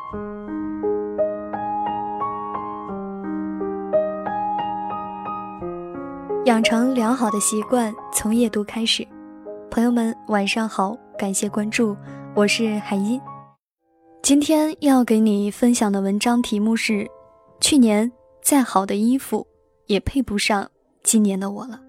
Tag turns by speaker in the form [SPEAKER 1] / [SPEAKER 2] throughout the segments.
[SPEAKER 1] 养成良好的习惯，从夜读开始。朋友们晚上好，感谢关注，我是海一。今天要给你分享的文章题目是：去年再好的衣服也配不上今年的我了。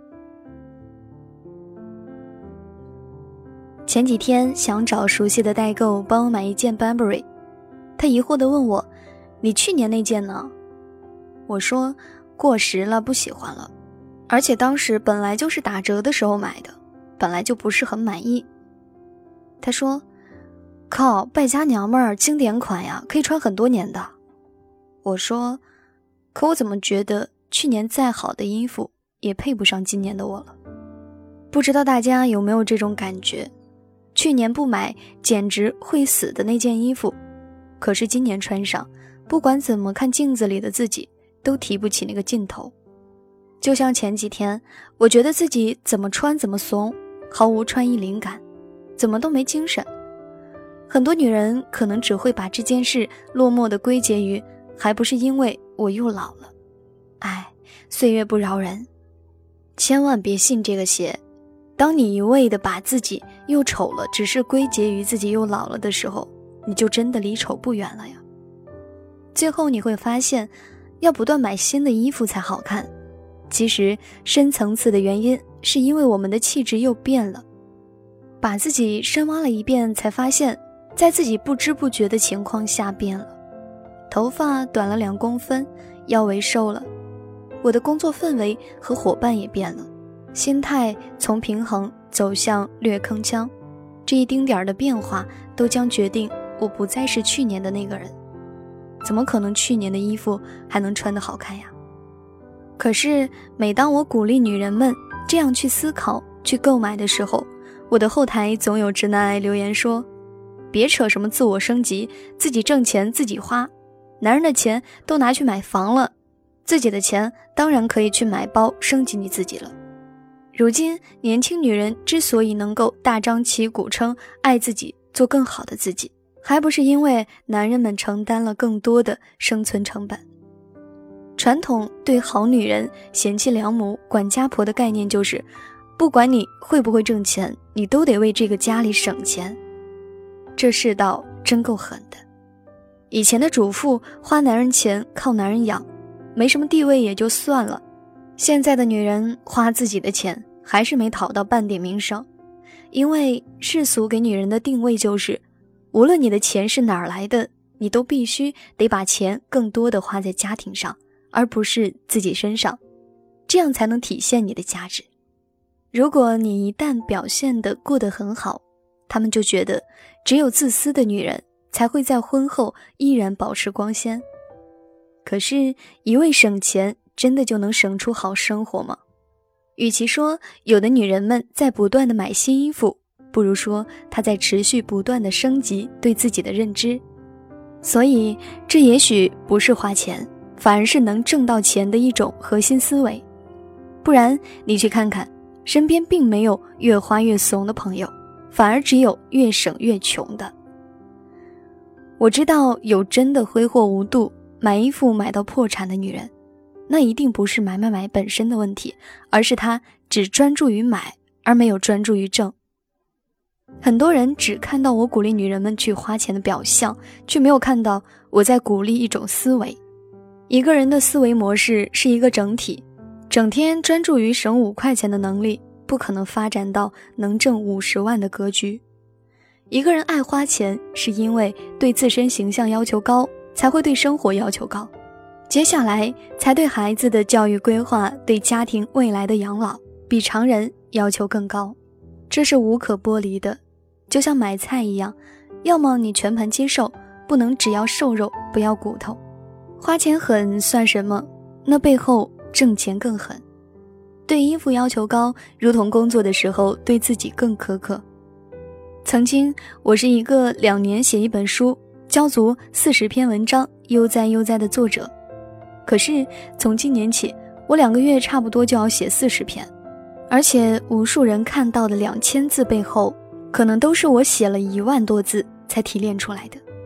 [SPEAKER 1] 前几天想找熟悉的代购帮我买一件 Burberry， 他疑惑地问我：你去年那件呢？我说过时了，不喜欢了，而且当时本来就是打折的时候买的，本来就不是很满意。他说靠，败家娘们儿，经典款呀，可以穿很多年的。我说可我怎么觉得去年再好的衣服也配不上今年的我了。不知道大家有没有这种感觉，去年不买简直会死的那件衣服，可是今年穿上，不管怎么看镜子里的自己都提不起那个劲头。就像前几天，我觉得自己怎么穿怎么怂，毫无穿衣灵感，怎么都没精神。很多女人可能只会把这件事落寞地归结于还不是因为我又老了。唉，岁月不饶人，千万别信这个邪。当你一味地把自己又丑了只是归结于自己又老了的时候，你就真的离丑不远了呀。最后你会发现，要不断买新的衣服才好看。其实深层次的原因是因为我们的气质又变了，把自己深挖了一遍，才发现在自己不知不觉的情况下变了。头发短了2公分，腰围瘦了，我的工作氛围和伙伴也变了，心态从平衡走向略铿锵，这一丁点的变化都将决定我不再是去年的那个人。怎么可能去年的衣服还能穿得好看呀？可是每当我鼓励女人们这样去思考去购买的时候，我的后台总有直男癌留言说，别扯什么自我升级，自己挣钱自己花，男人的钱都拿去买房了，自己的钱当然可以去买包升级你自己了。如今年轻女人之所以能够大张旗鼓称爱自己，做更好的自己，还不是因为男人们承担了更多的生存成本。传统对好女人、贤妻良母、管家婆的概念就是，不管你会不会挣钱，你都得为这个家里省钱。这世道真够狠的。以前的主妇花男人钱靠男人养，没什么地位也就算了，现在的女人花自己的钱还是没讨到半点名声。因为世俗给女人的定位就是，无论你的钱是哪儿来的，你都必须得把钱更多的花在家庭上，而不是自己身上，这样才能体现你的价值。如果你一旦表现得过得很好，他们就觉得只有自私的女人才会在婚后依然保持光鲜。可是一味省钱真的就能省出好生活吗？与其说有的女人们在不断地买新衣服，不如说她在持续不断地升级对自己的认知。所以这也许不是花钱，反而是能挣到钱的一种核心思维。不然你去看看，身边并没有越花越怂的朋友，反而只有越省越穷的。我知道有真的挥霍无度，买衣服买到破产的女人，那一定不是买本身的问题，而是她只专注于买，而没有专注于挣。很多人只看到我鼓励女人们去花钱的表象，却没有看到我在鼓励一种思维。一个人的思维模式是一个整体，整天专注于省5块钱的能力，不可能发展到能挣50万的格局。一个人爱花钱，是因为对自身形象要求高，才会对生活要求高，接下来才对孩子的教育规划，对家庭未来的养老，比常人要求更高。这是无可剥离的，就像买菜一样，要么你全盘接受，不能只要瘦肉不要骨头。花钱狠算什么？那背后挣钱更狠。对衣服要求高，如同工作的时候对自己更苛刻。曾经我是一个2年写一本书，交足40篇文章，悠哉悠哉的作者。可是从今年起，我2个月差不多就要写40篇，而且无数人看到的2000字背后，可能都是我写了1万多字才提炼出来的。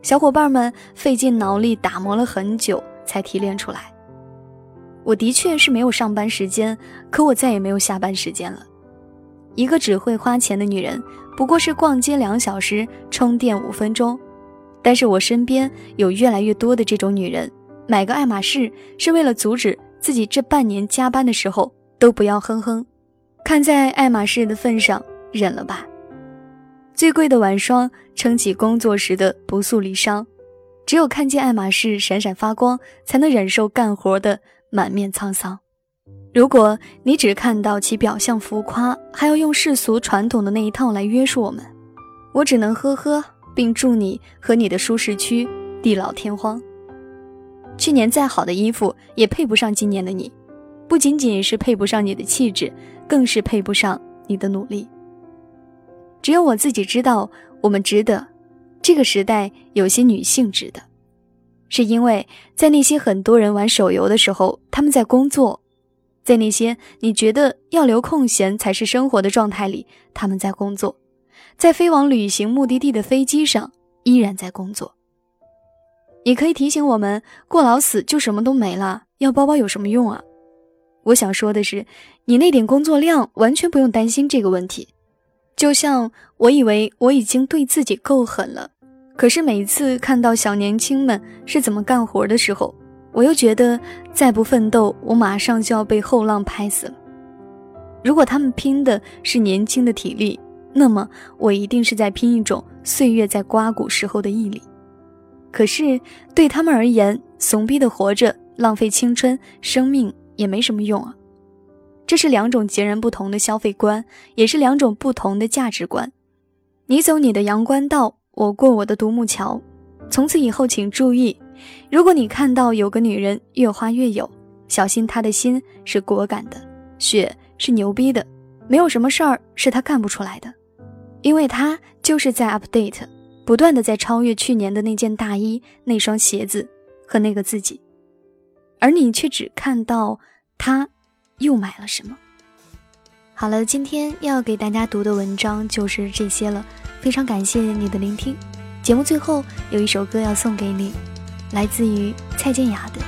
[SPEAKER 1] 小伙伴们费尽脑力打磨了很久才提炼出来。我的确是没有上班时间，可我再也没有下班时间了。一个只会花钱的女人，不过是逛街2小时，充电5分钟。但是我身边有越来越多的这种女人，买个爱马仕是为了阻止自己这半年加班的时候都不要哼哼。看在爱马仕的份上，忍了吧。最贵的晚霜撑起工作时的不诉离殇，只有看见爱马仕闪闪发光，才能忍受干活的满面沧桑。如果你只看到其表象浮夸，还要用世俗传统的那一套来约束我们，我只能呵呵，并祝你和你的舒适区地老天荒。去年再好的衣服也配不上今年的你，不仅仅是配不上你的气质，更是配不上你的努力。只有我自己知道，我们值得，这个时代有些女性值得，是因为在那些很多人玩手游的时候，他们在工作；在那些你觉得要留空闲才是生活的状态里，他们在工作；在飞往旅行目的地的飞机上，依然在工作。你可以提醒我们，过劳死就什么都没了，要包包有什么用啊？我想说的是，你那点工作量完全不用担心这个问题。就像我以为我已经对自己够狠了，可是每次看到小年轻们是怎么干活的时候，我又觉得再不奋斗，我马上就要被后浪拍死了。如果他们拼的是年轻的体力，那么我一定是在拼一种岁月在刮骨时候的毅力。可是对他们而言，怂逼的活着，浪费青春生命也没什么用啊。这是2种截然不同的消费观，也是2种不同的价值观。你走你的阳关道，我过我的独木桥。从此以后请注意，如果你看到有个女人越花越有，小心她的心是果敢的，血是牛逼的，没有什么事儿是她干不出来的，因为她就是在 update， 不断的在超越去年的那件大衣、那双鞋子和那个自己，而你却只看到她又买了什么。好了，今天要给大家读的文章就是这些了，非常感谢你的聆听。节目最后有一首歌要送给你，来自于蔡健雅的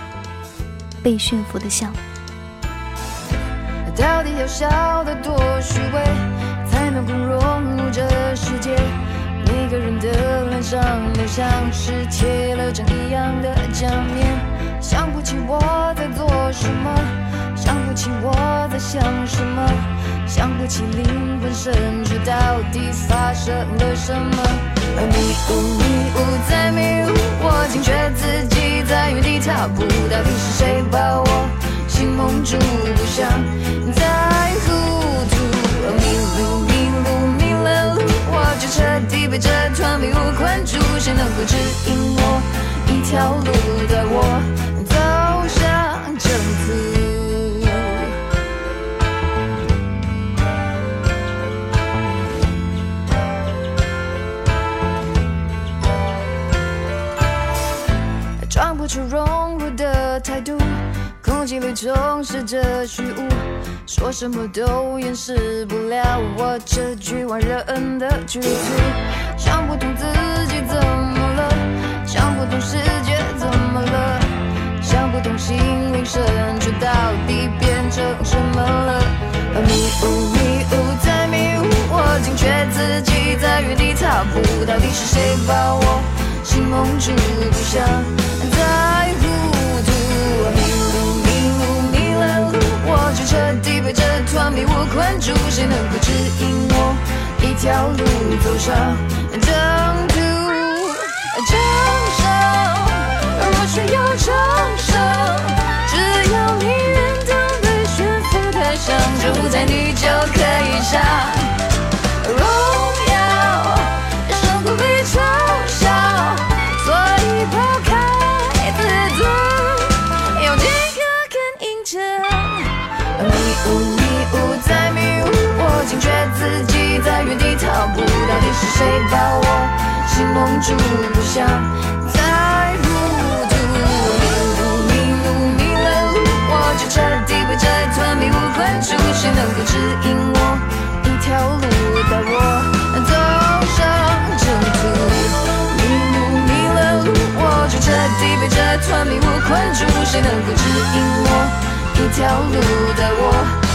[SPEAKER 1] 《被驯服的象》。
[SPEAKER 2] 到底要笑得多虚伪，才能够融入这世界？每个人的脸上都像是贴了张一样的假面，想不起我在做什么，想不起我在想什么，想不起灵魂深处到底发生了什么。迷雾在迷雾，我惊觉自己在原地踏步，到底是谁把我心蒙住，不想再糊涂。迷了路，我就彻底被这团迷雾困住，谁能够指引我一条路，带我走向征途。装不出融入的态度，空气里充斥着虚无，说什么都掩饰不了我这局外人的局促。想不通自己怎么了，想不通世界怎么了，想不通心灵深处到底变成什么了。迷雾在迷雾，我惊觉自己在原地踏步，到底是谁把我心蒙住，不想再糊涂。迷了路，我就彻底被这团迷雾困住，谁能够指引我一条路走上征途？掌声，若需要掌声，只要你愿当被驯服的象，就在你就可以上荣耀，胜过被嘲笑，所以抛开自尊，有几个更硬撑。迷雾在迷雾，我惊觉自己在原地踏步，到底是谁把我心蒙住，不想再糊涂。迷了路，我就彻底被这团迷雾困住，谁能够指引我一条路，带我走上征途？迷了谁能够指引我一条路带我